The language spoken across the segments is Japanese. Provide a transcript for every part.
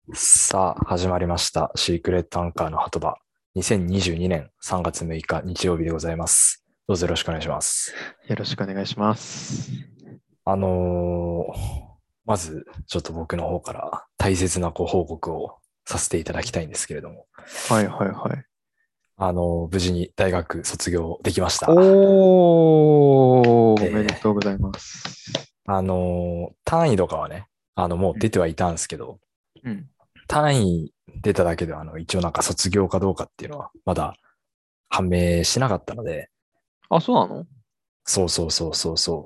さあ、始まりました。シークレットアンカーの鳩場。2022年3月6日日曜日でございます。どうぞよろしくお願いします。 よろしくお願いします。 まず、ちょっと僕の方から大切なご報告をさせていただきたいんですけれども、 はいはいはい。 無事に大学卒業できました。 おー、おめでとうごえざいます。 単位とかはね、もううん。 出てはいたんですけど、 うん。 単位出ただけでは、一応なんか卒業かどうかっていうのは、まだ判明しなかったので、 あ、そうなの？ そうそうそうそうそう。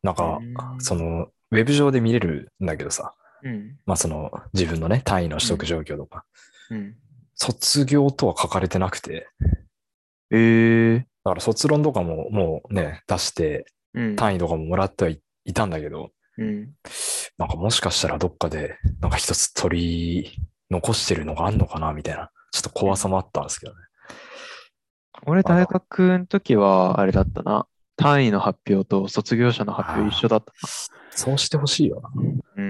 なんうーか、 ん。 ウェブ上で見れるんだけどさ、 うん。 まあ自分のね、単位の取得うん。 状況とか、 うん。 卒業とは書かれてなくて、 ええだから卒論とかももうね、出して、 ー。うん。 単位とかももらってはいたんだけど、 うん。 なんかもしかしたらどっかで、なんか一つ取り残してるのがあんのかな、みたいな、ちょっとうん。 怖さもあったんですけどね。 俺、大まだ、 学の時は、あれだったな。単位の発表と卒業者の発表一ああ、 緒だったな。 そうしてほしいよな。 うん。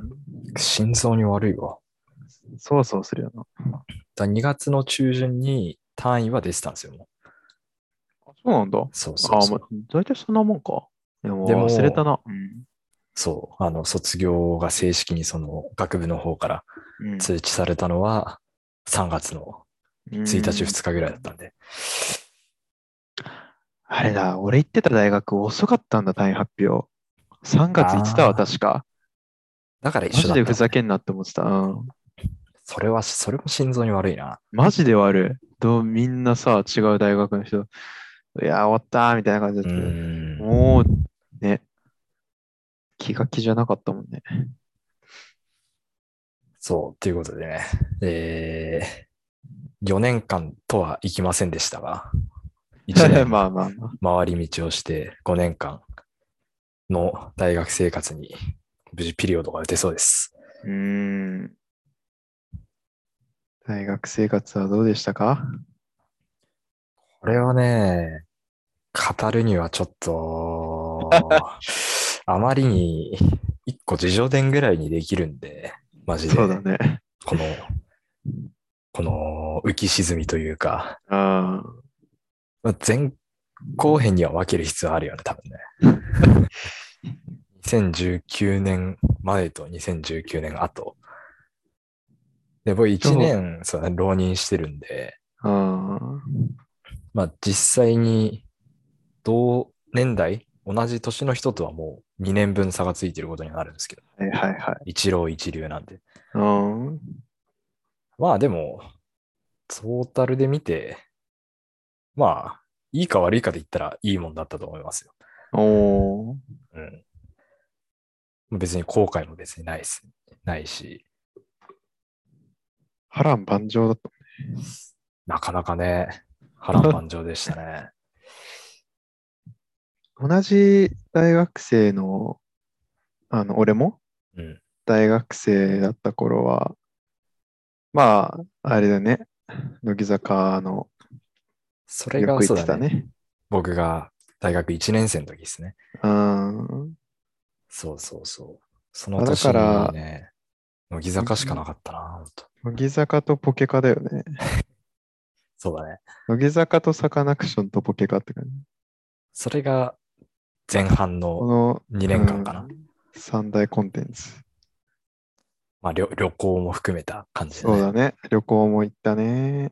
心臓に悪いわ。 そうそうするよな。 2月の中旬に単位は出てたんですよ、もう。 あ、そうなんだ。 そうそうあ、ま、 そう。 大体そんなもんか。ででも忘れたも、 な。うん。 そう、卒業が正式にその学部の方からうん。 通知されたのは3月のう 1日ん。 2日ぐらいだったんで。 あれだ、俺行ってた大学遅かったんだ、単位発表。3月いつだわ、 ああ、 確か。 だから一マジでふ緒だったのね。 ざけんなって思ってた。うん。 それも心臓に悪いな。 マジで悪い。みんなさ、違う大学の人、いや、終わったーみたいな感じだっうーたけど、 ん。 もう、ね、気が気じゃなかったもんね。 そう、ということでね。4年間とはいきませんでしたが、1年まあまあまあ。 回り道をして5年間の大学生活に無事ピリオドが打てそうです。 うーん。大学生活はどうでしたか？ これはね、語るにはちょっと、あまりに一個自叙伝ぐらいにできるんで、マジで、 そうだね。 この、この浮き沈みというか、 ああ。 まあ前後編には分ける必要あるよね、多分ね。2019年前と2019年後。で、僕1 超、 年、そうだね、浪人してるんで、 ああ。 まあ実際に同年代、同じ年の人とはもう2年分差がついてることになるんですけど、 はいはいはい。 一浪一流なんで。 うん。 まあでも、トータルで見て、まあ、いいか悪いかで言ったらいいもんだったと思いますよ。 おー。 うん。別に後悔も別にないです。ないし、 波乱万丈だった。 なかなかね、波乱万丈でしたね。 同じ大学生の、俺もうん。 大学生だった頃は、まあ、あれだね。乃木坂のそれがよく行っそうだね。 てたね。 僕が大学1年生の時ですね。 うん。 そうそうそう。そのまあ、だか年にら、 ね、乃木乃木、 坂しかなかったな、ほんと。 乃木坂とポケカだよね。 そうだね。 乃木坂とサカナクションとポケカって感じ。 それが前半のこの、う 2年間かな。 ん、三大コンテンツ。 まあ旅行も含めた感じでね。 そうだね。旅行も行ったね。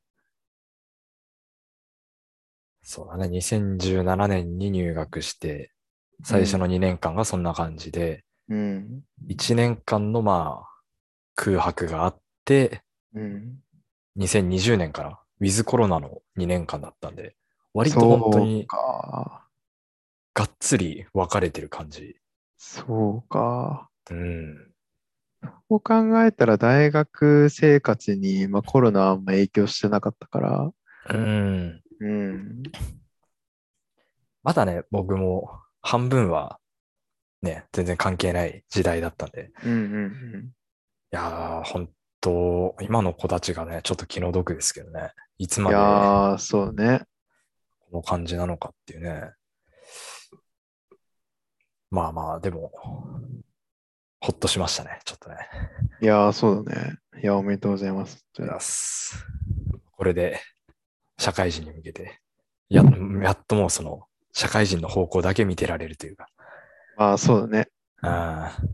そうだね。2017年に入学して、最初のうん。 2年間がそんな感じで、 うん。 1年間のまあ空白があって、 うん。 2020年からウィズコロナの2年間だったんで、割と本当そうにか。 がっつり分かれてる感じ。 そうか。 うん。 こう考えたら大学生活に、まあ、コロナはあんま影響してなかったから、 うん。 うん。 まだね、僕も半分はね、全然関係ない時代だったんで、 うんうんいやー、本当今の子たちがね、ちょっと気の毒ですけどね。いつうん。いまでやー、そうね。 この感じなのかっていうね。まあまあ、でも、ほっとしましたね、ちょっとね。 いやー、そうだね。 いや、おめでとうございます。 ありがとうございます。これで社会人に向けて、やっともうその社会人の方向だけ見てられるというか。 まあ、そうだね。 ああ、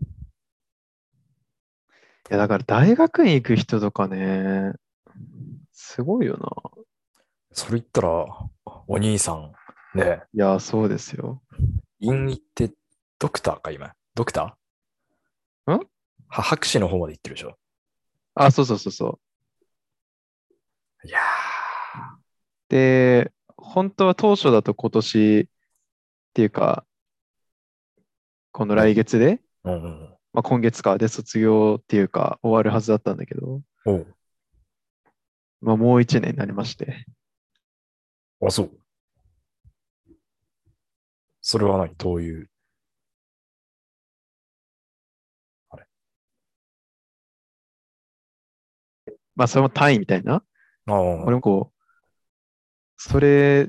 いや、だから大学院行く人とかね、すごいよな。 それ言ったら、お兄さん、ね、 いや、そうですよ。 院行ってドクターか今。ドクタんー博士の方まで行ってるでしょ。 あ、そうそうそうそう。 いやで、本当は当初だと今年っていうか、このー、 来月で、 うんうんうん。 まあ、今月かで卒業っていうか終わるはずだったんだけど、 おう、 まあ、もう一年になりまして。 あ、そう。それは何どういう、あれ。 まあ、それも単位みたいな。 ああ、 俺もこう、それ、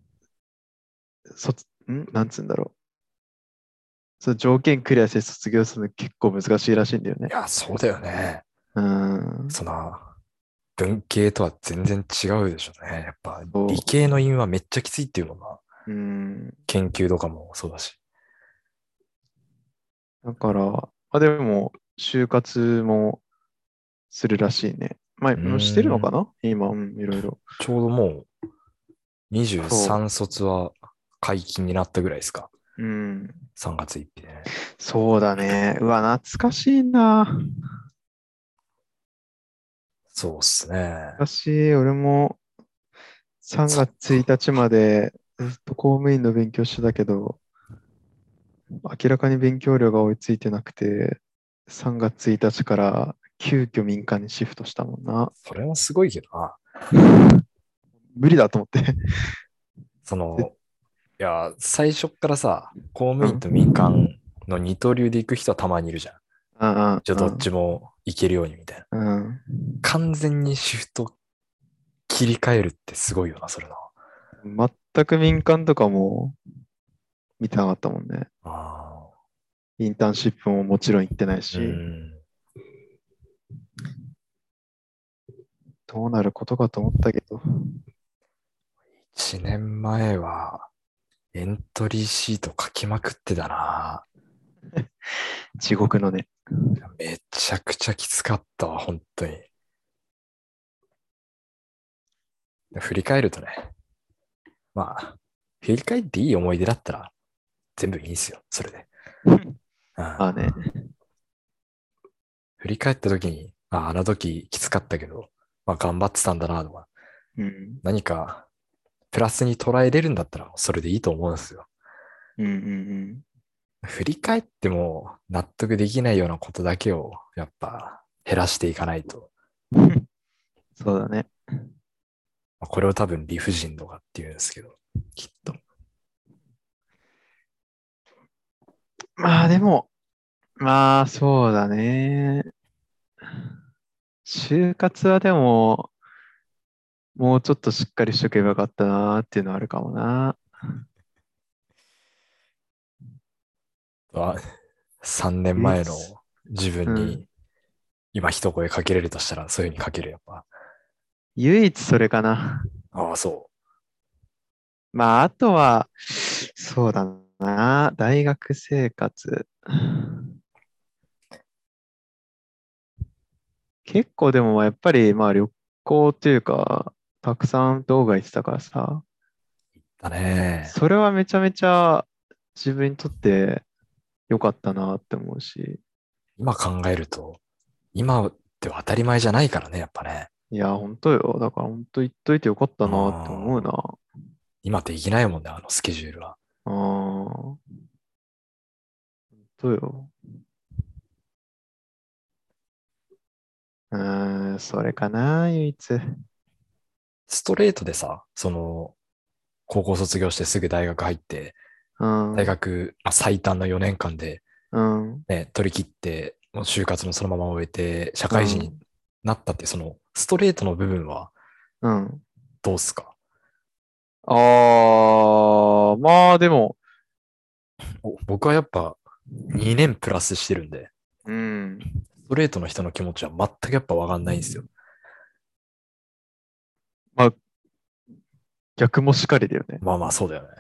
なんつうんだろう。その条件クリアして卒業するの結構難しいらしいんだよね。 いや、そうだよね。 うーん。 その、文系とは全然違うでしょうね。やっぱ理そ系の院はめっちゃきついっていうのが、 う。 研究とかもそうだし。 だから、まあでも、就活もするらしいね。まあ、 うもうしてるのーん、 かな今、いろいろ。 ちょうどもうそ 23卒は解禁になったぐらいですか。 う。 3月1日でね。 そうだね。うわ、懐かしいな。 そうっすね。 懐かしい。俺も3 そっ月1日までずっと公務員の勉強してたけど、明らかに勉強量が追いついてなくて、3月1日から急遽民間にシフトしたもんな。 それはすごいけどな。 無理だと思って。 そでの、いや、最初っからさ、公務うん。 員と民間の二刀流で行く人はたまにいるじゃん。 うんじゃあどっちうんも行けるようにみたいな。 うん。 完全にシフト切り替えるってすごいよな、それな。 全く民間とかも見てなかったもんね。 ああ、 インターンシップももちろん行ってないうし、 ん。 どうなることかと思ったけど。 1年前はエントリーシート書きまくってたな。 地獄のね。 めちゃくちゃきつかったわ、本当に。振り返るとね、まあ、振り返っていい思い出だったら全部いいんですよ、それで。うん、 まあね。 振り返った時に、あの時きつかったけど、まあ頑張ってたんだなとか、 うん。 何かプラスに捉えれるんだったらそれでいいと思うんですよ。 うんうん振り返っても納得できないようなことだけをやっぱ減らしていかないと。 うん。そうだね。 まあこれを多分理不尽とかっていうんですけど、きっと。 まあでも、まあそうだね。就活はでも、もうちょっとしっかりしとけばよかったなっていうのはあるかもな。 まあ、3年唯一。 前の自分にうん。 今一声かけれるとしたらそういうふうにかけるやっぱ。 唯一それかな。 ああ、そまああとは、そうだな。大学生活。結構でもやっぱりまあ旅行っていうか、たくさん動画行ってたからさ、 う。だね。 それはめちゃめちゃ自分にとって良かったなって思うし、 今考えると、今って当たり前じゃないからね、やっぱね。 いや、本当よ。だから本当言っといてよかったなって思うああ、 な。 今できないもんね、あのスケジュールは。 ああ、本当よ。それかな、唯一。 ストレートでさ、高校卒業してすぐ大学入って、 うん、 大学、最短の4年間で、 うん、 ね、取り切って、もう就活もそのまま終えて、社会人にうん、 なったって、ストレートの部分はうん。 どうっすか？ ああ、まあでも、 僕はやっぱ2年プラスしてるんで、 うん。 ストレートの人の気持ちは全くやっぱわかんないんですよ。 まあ、逆もしかりだよね。 まあまあそうだよね。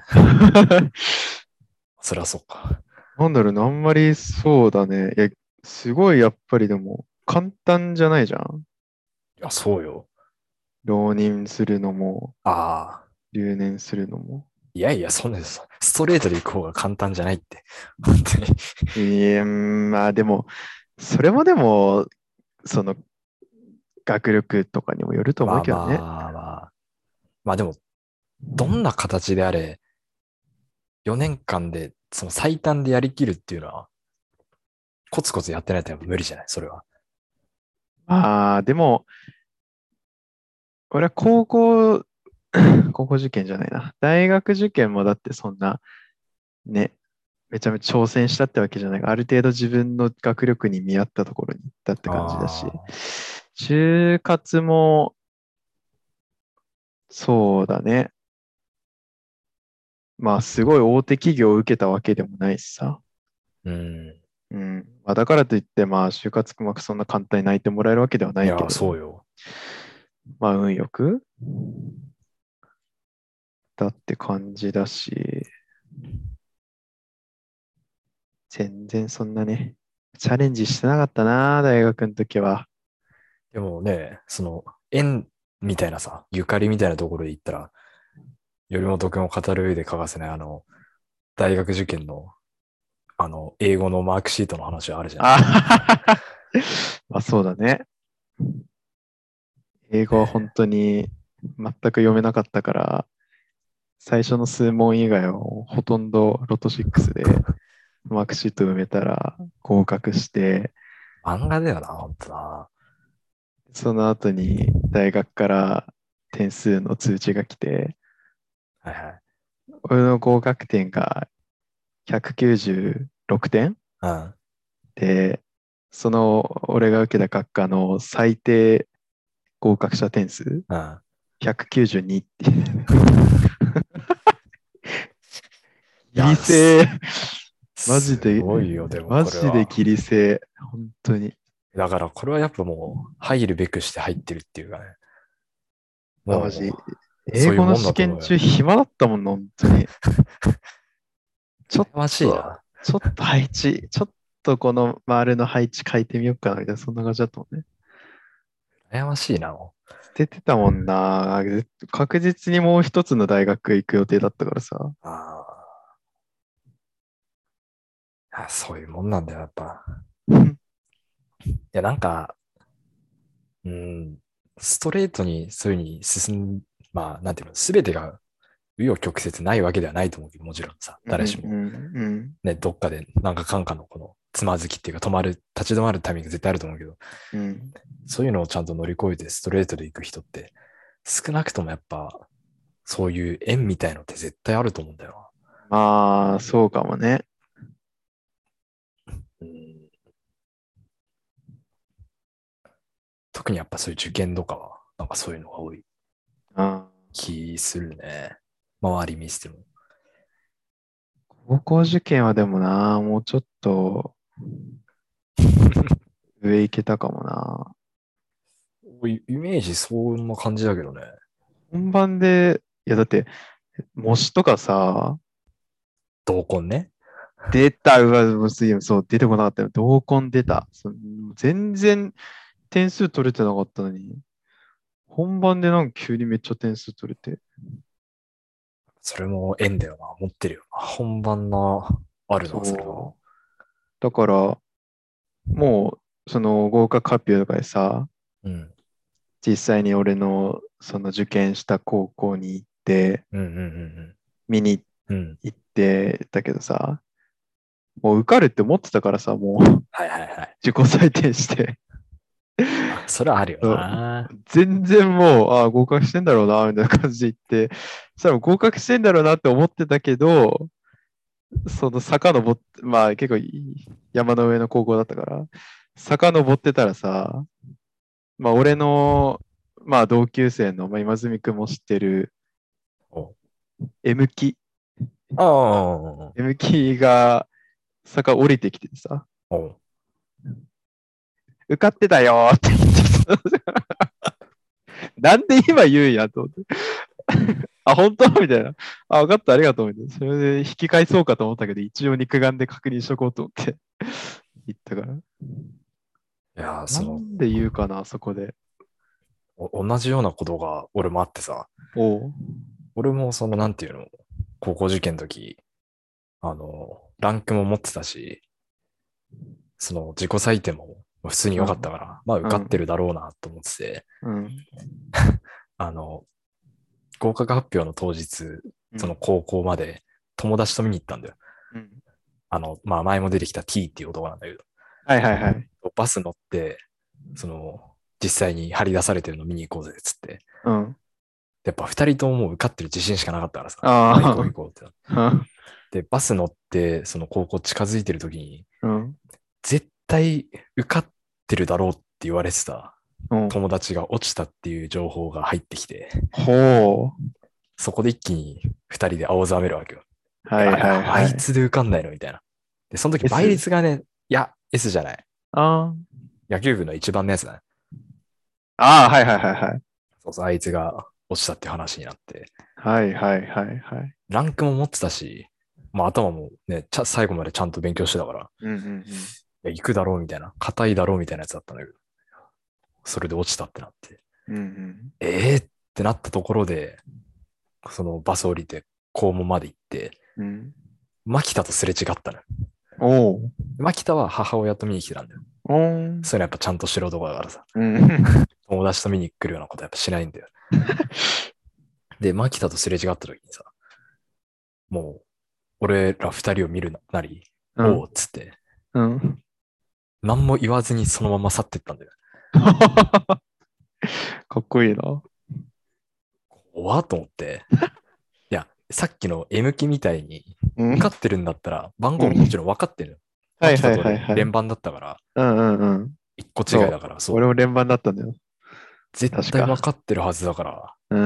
そりゃそうか。 なんだろうな、あんまりそうだね。いや、すごいやっぱりでも、簡単じゃないじゃん。 いや、そうよ。 浪人するのも、 ああ。 留年するのも。 いやいや、そんなです。ストレートで行く方が簡単じゃないって。本当に。 いや、まあでも、それもでも、その、学力とかにもよると思まあうけどね。 まあまあ。まあでも、どんな形であれ、4年間で、その最短でやりきるっていうのは、コツコツやってないとやっぱ無理じゃない、それは。 まあ、でも、俺は高校受験じゃないな。大学受験もだってそんな、ね、めちゃめちゃ挑戦したってわけじゃない。ある程度自分の学力に見合ったところに行ったって感じだし、 ああ。 就活もそうだね。まあ、すごい大手企業を受けたわけでもないしさ。 うん。 うん。まあ、だからといって、まあ、就活うまくそんな簡単に泣いてもらえるわけではないや、 いけど、 そうよ。 まあ、運よくだって感じだし、全然そんなね、チャレンジしてなかったな、大学の時は。 でもね、その、縁みたいなさ、ゆかりみたいなところで言ったら、頼本君を語る上で欠かせない、大学受験の、英語のマークシートの話はあるじゃない。 あまあ、そうだね。英語は本ね当に全く読めなかったから、最初の数問以外はほとんどロト6でマークシート埋めたら合格して、 漫画だよな、ほんとな。 その後に大学から点数の通知が来て、 はいはい。 俺の合格点が196点うん。 で、その俺が受けた学科の最低合格者点数うん。 192っていう。 いや、 ギリセー。マジすで、 ごいよ、でもマこれは。 ジでギリセー。本当に。 だからこれはやっぱもう、入るべくして入ってるっていうかね。 マジ。 もう、そういうもん英語の試だと思うよ。 験中暇だったもんな、本当に。ちょっ羨ましいと、 な。 ちょっとこの丸の配置変えてみようかな、みたいな、そんな感じだったもんね。 羨ましいな、も捨ててたもんな。確実にもう一つの大学行く予定だったからさ。 う。そういうもんなんだよ、やっぱ。いや、なんか、うん、ストレートにそういうふうにまあ、なんていうの、すべてが紆余曲折ないわけではないと思うけど、もちろんさ、 うん誰しも。 うんうんね、どっかで、なんかかんかのこの、つまずきっていうか、立ち止まるタイミング絶対あると思うけど、 うん。 そういうのをちゃんと乗り越えてストレートで行く人って、少なくともやっぱ、そういう縁みたいのって絶対あると思うんだよまあ、そうかもね。 な。うん、特にやっぱそういう受験とかは、なんかそういうのが多いあ気するね。周り見せても。 高校受験はでもな、もうちょっと上行けたかもな。 イメージそんな感じだけどね。 本番で、いやだって、模試とかさ、 同梱ね。 出た、うわ、もうすげえそう、出てこなかったよ。同梱出た。全然点数取れてなかったのに、本番でなんか急にめっちゃ点数取れて。 それも縁だよな。持ってるよな。本番な、あるな、それは。 そう。だから、もう、その合格発表とかでさ、 うん。 実際に俺のその受験した高校に行って、 うんうん見にうんうん。うん。 行ってたけどさ、もう受かるって思ってたからさ、もうはいはいはい。 自己採点してあ、それはあるよそうな。 全然もう、ああ、合格してんだろうな、みたいな感じで言って、そしたら合格してんだろうなって思ってたけど、その坂登って、まあ結構山の上の高校だったから、坂登ってたらさ、まあ俺の、まあ同級生の、まあ、今住くんも知ってるお、 M 木、 ああ、 M 木が坂降りてきてさ、 お、 受かってたよーって言ってきた。なんで今言うんやと思って。あ、本当みたいな。あ、分かった、ありがとう。みたいな。それで引き返そうかと思ったけど、一応肉眼で確認しとこうと思って言ったから。 いやー、 なんで言うかな、そこで。 同じようなことが俺もあってさ、 おう。 俺もなんていうの、高校受験の時、ランクも持ってたし、自己採点も普通に良かったうん。 から、まあ受うん。 かってるだろうなと思ってて、 うん。 あの、合格発表の当日、 うん。 高校まで友達と見に行ったんだよ。 うん。 まあ前も出てきた T っていう男なんだけど、 はいはいはい。 バス乗って、実際に張り出されてるの見に行こうぜ、っつって。 うん。 やっぱ二人とももう受かってる自信しかなかったからさ、まあ行こうあ行こうってなって。 あ。 で、バス乗って、その高校近づいてる時に、 うん。 絶対受かってるだろうって言われてたうん。 友達が落ちたっていう情報が入ってきて、 ほう。 そこで一気に二人で青ざめるわけよ。 はいはいあいはい。 つで受かんないのみたいな。で、その時倍 S。 率がね、いや、S じゃない。 あ野球部の一番のやつだね。 あ。ああ、はいはいはいはい。 そうそう、あいつが落ちたって話になって、 はいはいはいはい。 ランクも持ってたし、まあ頭もね、最後までちゃんと勉強してたから、 うんうんいや、行くだろうみたいな、硬いだろうみたいなやつだったんだけど、それで落ちたってなって、 うん。うんうん。 ってなったところで、そのバス降りて校門まで行って、 うん。 牧田とすれ違ったのよ。 おう。 牧田は母親と見に来てたんだよ。 おー。 そういうのやっぱちゃんと素人だからさ、 うん。 友達と見に来るようなことやっぱしないんだよ。で、牧田とすれ違った時にさ、もう、俺ら二人を見るなり、 うん。 おうっつって、 うん。 何も言わずにそのまま去ってったんだよ。 かっこいいな。 怖っと思って。いや、さっきの M キみたいに、 うん。 受かってるんだったら、番うん。 号ももちろん分かってるのよ。 はいはい牧田とはいはい。 俺連番だったから、 うんうんうん。 一個違いそう。 だから、そう。 俺も連番だったんだよ。 絶対分確か。 かってるはずだから、 うん。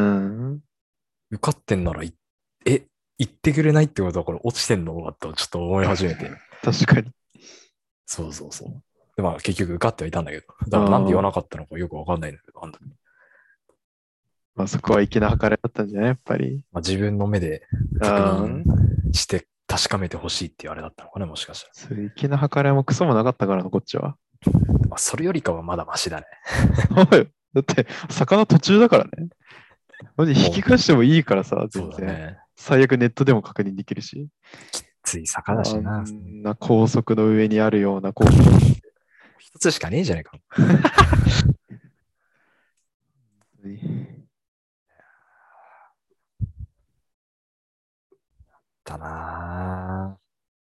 受かってんならえ、言ってくれないってことはこれ落ちてんのかとちょっと思い始めて。 確かに。 そうそうそう。で、まあ結局受かってはいたんだけど。だからなんで言わああ。 なかったのかよくわかんないんだけど、あの時。 まあそこは粋な計らいだったんじゃないやっぱり。 まあ、自分の目で確認ああ。 して確かめてほしいっていうあれだったのかな、もしかしたら。 そういう粋な計らいもクソもなかったからな、こっちは。 まあ、それよりかはまだマシだね。 そうよ。だって、魚途中だからね。マジ引もう、 き返してもいいからさ、 そう全然。 だね。 最悪ネットでも確認できるし。 つい坂だあしな。 んな高速の上にあるような高校。 一つしかねえじゃねえか。だな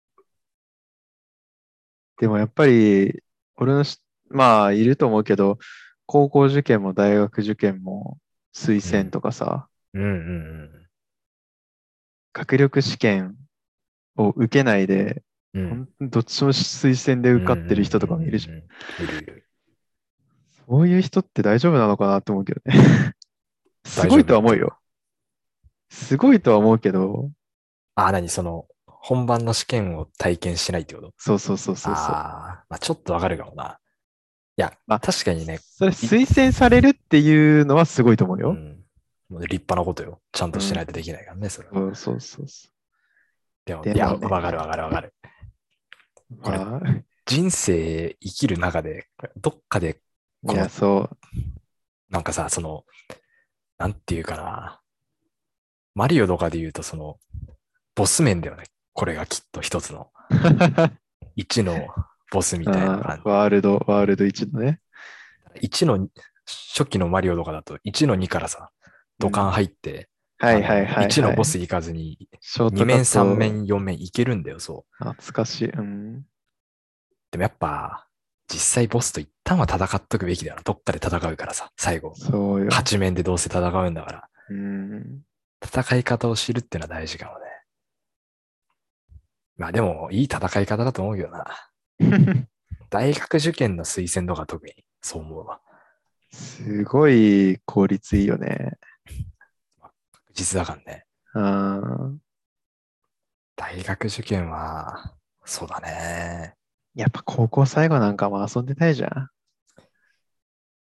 でもやっぱり、俺のまあ、いると思うけど、高校受験も大学受験も推ぁ。 薦とかさ、 うんうん学力試験を受けないで、 うん。うん。 どっちも推薦でうんうんうん受かってる人とかもいるじゃん。 うん。いるいる。 そういう人って大丈夫なのかなって思うけどね。す大ごい丈夫っていうの。 とは思うよ。すごいとは思うけど、 あ、何本番の試験を体験しないってこと？ そうそうそうそうそう。 ああ、まあちょっとわかるかもな。いや、 まあ、 確かにね、 それ推薦されるっていうのはすごいと思うよ。 うん。もう立派なことよ。ちゃんとしないうん。 とできないからね、それは。 そうそうそうそでも、 う。でいや、 もね、 わかるわかるわかる。これ、 まあ、 人生生きる中で、どっかで、 いや、そう。 なんかさ、なんていうかな。マリオとかで言うと、ボス面だよね。これがきっと一つの、一のボスみたいな感じ。 ワールド1のね。 一の、初期のマリオとかだと、1の2からさ、ドカンうん。 入って、 はいはいはい 1のはい。 ボス行かずに、2 ショートカッ面、3 ト、 面、4面行けるんだよ、そう。 懐かしい。うん。 でもやっぱ、実際ボスと一旦は戦っとくべきだよな。どっかで戦うからさ、最後。 そうよ。 8面でどうせ戦うんだから。 うん。 戦い方を知るってのは大事かもね。まあでも、いい戦い方だと思うけどな。大学受験の推薦とか特にそう思うわ。 すごい効率いいよね。 確実だからね。 うん。 大学受験は、そうだね。 やっぱ高校最後なんかも遊んでたいじゃん。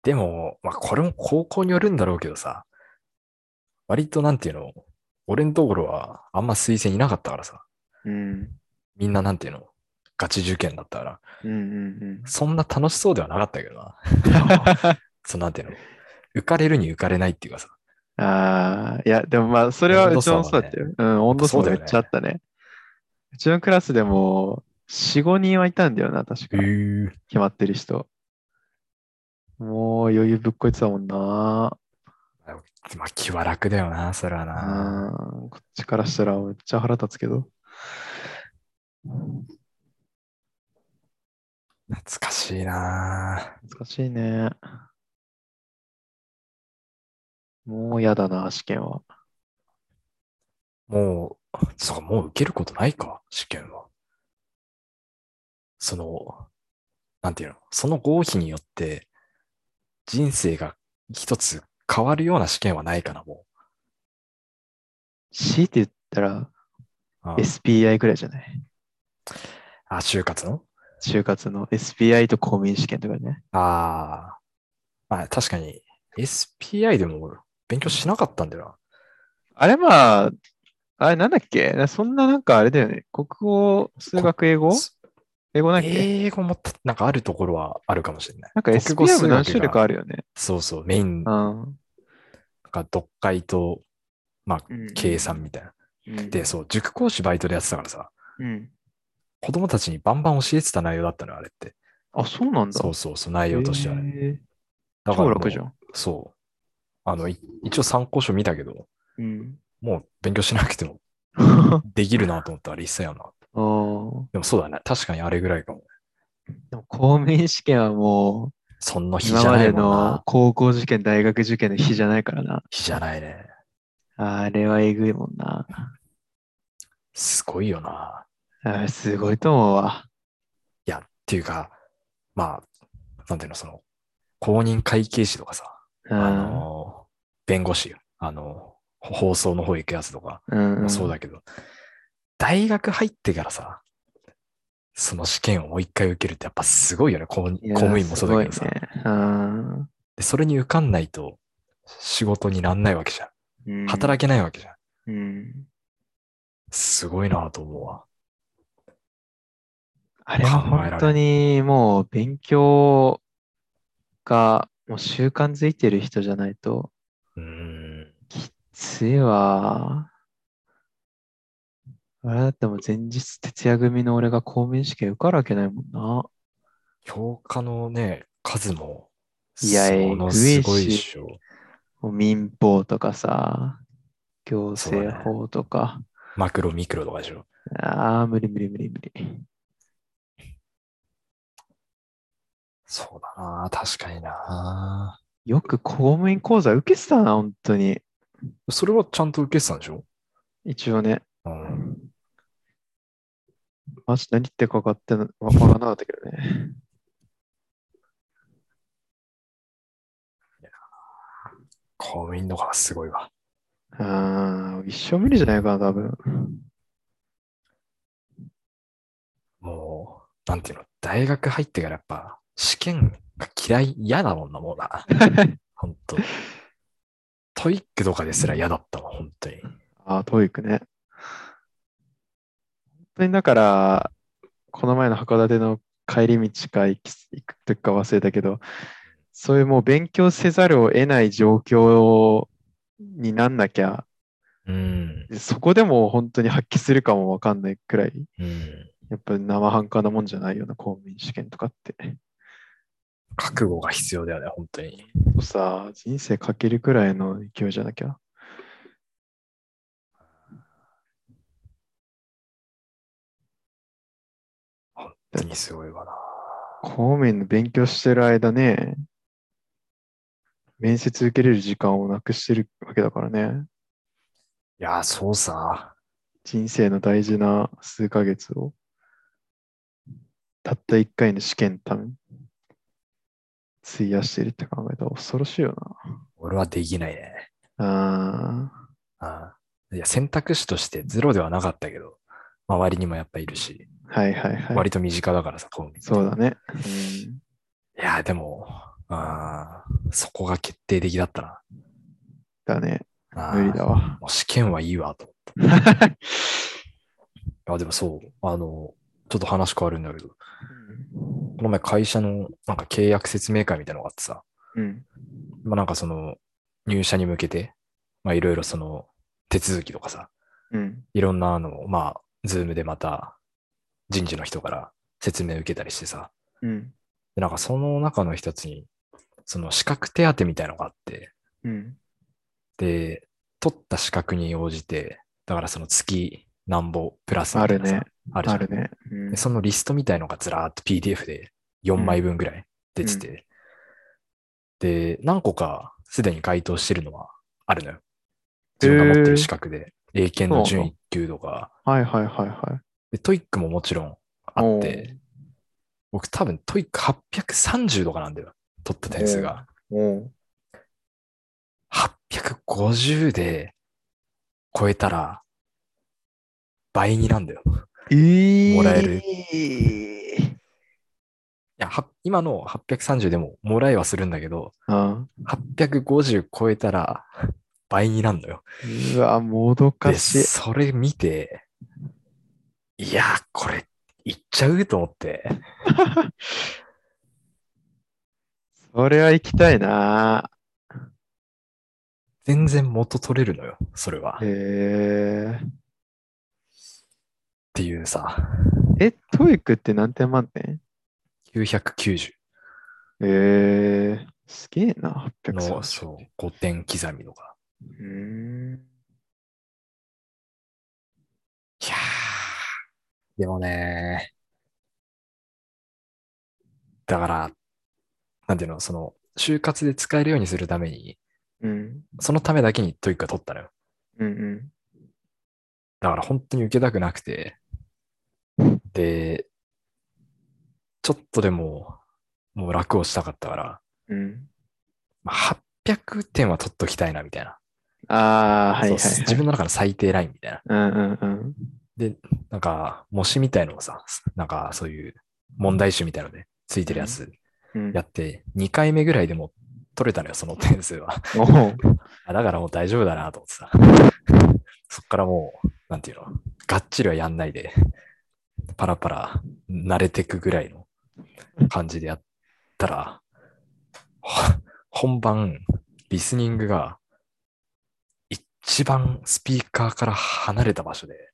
でも、まあこれも高校によるんだろうけどさ、割となんていうの、俺のところはあんま推薦いなかったからさ、 うん。 みんななんていうの、ガチ受験だったから、 うんうんうん。 そんな楽しそうではなかったけどな。あの、なんていうの、浮かれるに浮かれないっていうかさ、 ああ、いや、でもまあ、それは温度うち差はね、 もそうだったよ。うん、 やっぱ温度差はめっそうだよね。 ちゃあったね。うちのクラスでも、4、5人はいたんだよな、確へか。 え。 決まってる人。もう余裕ぶっこいてたもんな。 まあ気は楽だよな、それはうな。 ん、こっちからしたらめっちゃ腹立つけど。 懐かしいな。 難しいね。もう嫌だな、試験は。 もそうか、もう受けることないか、試験は。その、なんていうの、その合否によって人生が一つ変わるような試験はないかな、も C って言ったらう。うん。 SPI くらいじゃない？ あ、就活の。 就活の SPI と公務員試験とかね。 ああ、まあ確かに SPI でも勉強しなかったんだよあれまあ、あれなんだっけそんななんかあれだよね。国語、 な。 数学、英語す英語だっけ？ 英語もなんかあるところはあるかもしれない。 なんか国語 SPI も数何種類か学が、 あるよね。 そうそう、メインうん。 が読解と、まあ、 うん計算みたいな。 うん。うで、 ん。 そう、塾講師バイトでやってたからさ、 うん。 子供たちにバンバン教えてた内容だったのよ、あれって。 あ、そうなんだ。 そうそうそう、内へ容としてはね。 え。 だからも超楽じゃん。 う、そう、一応参考書見たけど、 うん。 もう勉強しなくてもできるなと思ったら一切やな。 ああ。 でもそうだね。確かにあれぐらいかも。 でも公務員試験はもう、 そんな日じゃない今までもんな。 の高校受験、大学受験の比じゃないからな。 日じゃないね。 あれはえぐいもんな。 すごいよな。 すごいと思うわ。 いや、っていうか、まあ、なんていうの、公認会計士とかさ、 うん。 弁護士、放送の方行くやつとかもうんうん。 そうだけど、大学入ってからさ、その試験をもう一回受けるってやっぱすごいよね。公務いや、 員もすごいね。 そうだけどさ。 うん。 で、それに受かんないと仕事になんないわけじゃん。 うん。 働けないわけじゃん。 うん。 すごいなと思うわ。 あれは本当考えられん。 にもう勉強がもう習慣づいてる人じゃないとうーん。 きついわ。あれだってもう前日徹夜組の俺が公務員試験受かるわけないもんな。 教科のね、数も、 いや、 そえのすごいっぐいし、 しょ。 もう民法とかさ、行そうだね。 政法とか。 マクロ、ミクロとかでしょ。 ああ、無理無理無理無理。 そうだな。確かにな。 よく公務員講座受けてたな、本当に。 それはちゃんと受けてたんでしょ？ 一応ね。 うん。 マジ何言ってるか分かってな、わからなかったけどね。 公務員の方がすごいわ。 ああ、一生無理じゃないかな、多分。 もう、なんていうの、大学入ってからやっぱ、試験が嫌だもんな、もうな。ほんと。トイックとかですら嫌だったわ、本当に。 ああ、トーイックね。本当にだから、この前の函館の帰り道か行く時か忘れたけど、そういうもう勉強せざるを得ない状況になんなきゃ、 うん。 そこでも本当に発揮するかもわかんないくらい、 うん。 やっぱ生半可なもんじゃないような公務員試験とかって。 覚悟が必要だよね、本当に。 とさ、人生かけるくらいの勢いじゃなきゃ。 本当でにすごいわな。 公務員の勉強してる間ね、面接受けれる時間をなくしてるわけだからね。 いやー、そうさ。 人生の大事な数ヶ月をたった一回の試験のために費やしてるって考えたら恐ろしいよ俺はできないね。 な。 あいや、選択肢としてゼロではなかったけど、周りにもやっぱいるし、 はいはいはい。 割と身近だからさ、公務員って。 そうだね。うん。 いやー、でも、 そこが決定的だったな。 だね。無理ああ、 だわ。 もう試験はいいわと。あ、でもそう、ちょっと話変わるんだけど、この前会社のなんか契約説明会みたいなのがあってさ、 うん。 まあなんかその入社に向けて、まあいろいろその手続きとかさ、 うん。 いろんなまあ、ズームでまた人事の人から説明受けたりしてさ、 うん。 で、なんかその中の一つに、その資格手当みたいのがあって、 うん。 で、取った資格に応じて、だからその月なんぼプラスみあるね。 たいなさ、あるじゃん。 あるね。うで、 ん。 そのリストみたいのがずらーっと PDF で4枚うん。 分ぐらい出うん。 てて、で、何個かすでに該当してるのはあるのよ。 へ自分が持ってるえ、 資格で、英検のそうなんだ。 準一級とか、 はいはいはいはい。 で、トイックももちろんあっおー。 て、僕多分トイック830とかなんだよ。取った点数おー。 が。 おー。 850で超えたら倍になんだよ。もらええる。 えいや、今の830でももらえはするんだけど、 あ、 850超えたら倍になんのよ。 うわ、もどかで、 しい。 それ見て、いや、これ、いっちゃうと思って、 それは行きたいな。 全然元取れるのよ、それは。っえていうさ、 トイックって何点満点？すげえな、 990の、 830。 そう、5点刻みとか。 うーん。 いやー、でもね、だから、なんていうの、その、就活で使えるようにするために、 うん。 そのためだけにトイックが取ったのよ。 うんだから本当に受けたくなくて、 うん。 で、ちょっとでも、もう楽をしたかったから、 うん。 まあ、800点は取っときたいな、みたいな。 ああ、はいそう、 はいはい。 自分の中の最低ラインみたいな。 うんうんうん。 で、なんか、模試みたいのをさ、なんかそういう問題集みたいのでついてうんるやつうん。 やって、2回目ぐらいでもう取れたのよ、その点数は。 おお。 あ、だからもう大丈夫だなと思ってさ。そっからもう、なんていうの、がっちりはやんないで、パラパラ慣れてくぐらいの感じでやったら、本番、リスニングが一番スピーカーから離れた場所で、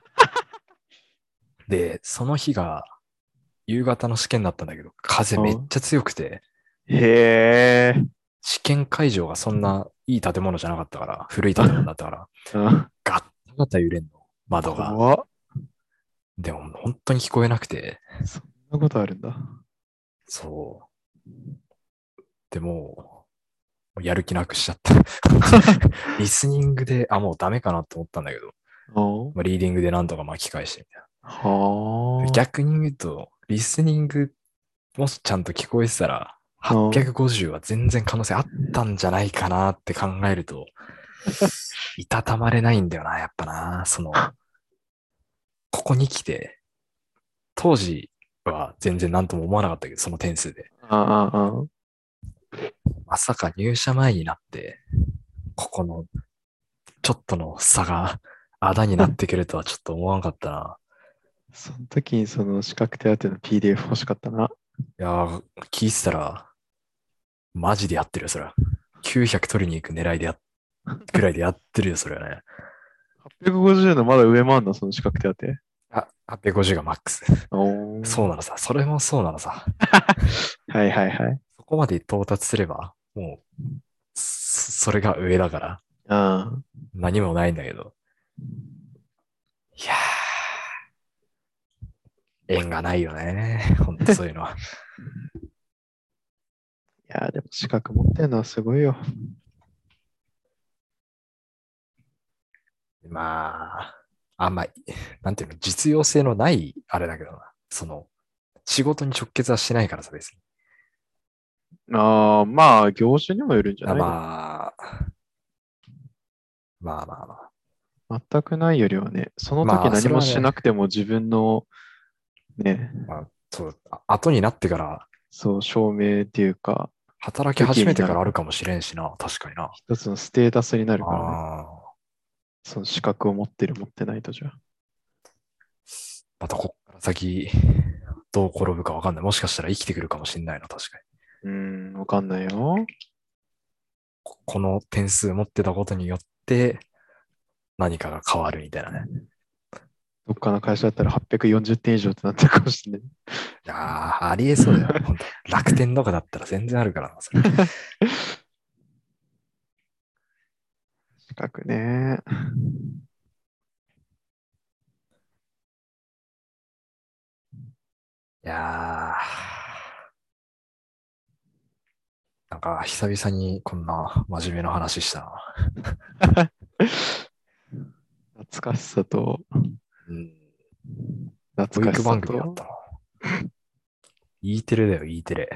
で、その日が夕方の試験だったんだけど、風めっちゃ強くて、 へえ。 試験会場がそんないい建物じゃなかったから、古い建物だったから、 あ、 ガッタガタ揺れんの、窓が。 怖っ。 でも本当に聞こえなくて、 そんなことあるんだ。 そう。でもうやる気なくしちゃった。リスニングで、あ、もうダメかなって思ったんだけど、 お、 まあ、リーディングでなんとか巻き返してみたいな。 は逆に言うと、リスニングもしちゃんと聞こえてたら、 あ。 850は全然可能性あったんじゃないかなって考えると、いたたまれないんだよな、やっぱな。ここに来て、当時は全然何とも思わなかったけど、その点数で。 ああ、ああ。 まさか入社前になって、ここのちょっとの差があだになってくるとはちょっと思わなかったな。 その時にその資格手当の PDF 欲しかったな。 いやー、聞いてたら、マジでやってるよ、それは。900取りに行く狙いでぐらいでやってるよ、それはね。 850のまだ上もあんの、その資格手当。 あ、850がマックス。 おー。 そうなのさ。それもそうなのさ。 はいはいはい。 そこまで到達すれば、もう、それが上だから、 ああ。 何もないんだけど。いやー、縁がないよね。ほんとそういうのは。 いやー、でも資格持ってるのはすごいよ。 まあ、あんま、なんていうの、実用性のない、あれだけどな。仕事に直結はしてないからさ、別に。 ああ、まあ、業種にもよるんじゃあないの？ まあ、まあまあまあ。 全くないよりはね、その時まあ、 何もしそれはね、 なくても自分のね、 まあ、そう、後になってから、 そう、証明っていうか、 働き武器始めになるから。 てからあるかもしれんしな。確かにな。 一つのステータスになるからね。 ああ。 その資格を持ってる、持ってないとじゃ。 またこっから先、どう転ぶかわかんない。もしかしたら生きてくるかもしれないな、確かに。 わかんないよ。 この点数持ってたことによって、何かが変わるみたいなね。 どっかの会社だったら840点以上ってなってるかもしれない。 いやー、ありえそうだよ。本当楽天とかだったら全然あるからな、それ。 資格ね。 いやなんか久々にこんな真面目な話したな。 懐かしさと、 うん。 懐かし教育番組だっさと、 たな。E テレだよ、E テレ。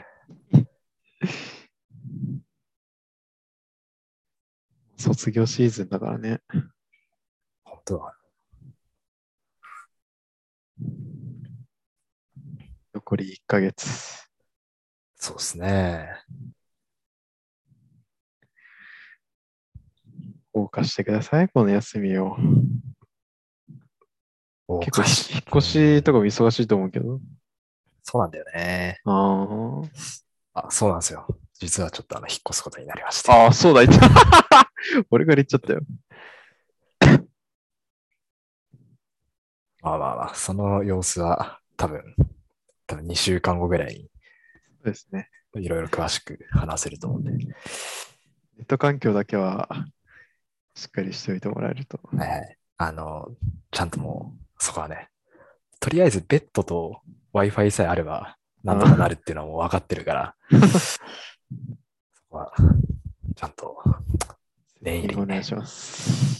卒業シーズンだからね。 本当だ。 残り1ヶ月。 そうですね。 謳歌してください、この休みを。結構おかしい。 引っ越しとかも忙しいと思うけど。 そうなんだよね。 ああ、そうなんですよ。実はちょっと引っ越すことになりましあ。あて。 あ、そうだ、言った。俺から言っちゃったよ。 まあまあまあ、その様子は多分2週間後ぐらいにそうですね。 いろいろ詳しく話せると思うんで。 ネット環境だけはしっかりしておいてもらえると。 はいはい。ちゃんともう、そこはね、とりあえずベッドと Wi-Fi さえあれば、なんとかなるっていうのはもう分かってるから、そこは、ちゃんと念入りにね。 お願いします。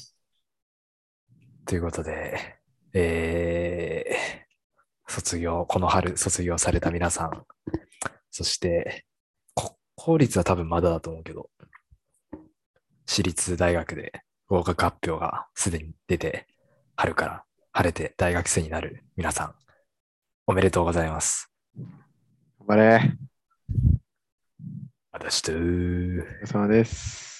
ということで、この春卒業された皆さん、そして、国公立は多分まだだと思うけど、私立大学で合格発表がすでに出て、春から晴れて大学生になる皆さん、おめでとうございます。 頑張れ。 私とお疲れ様です。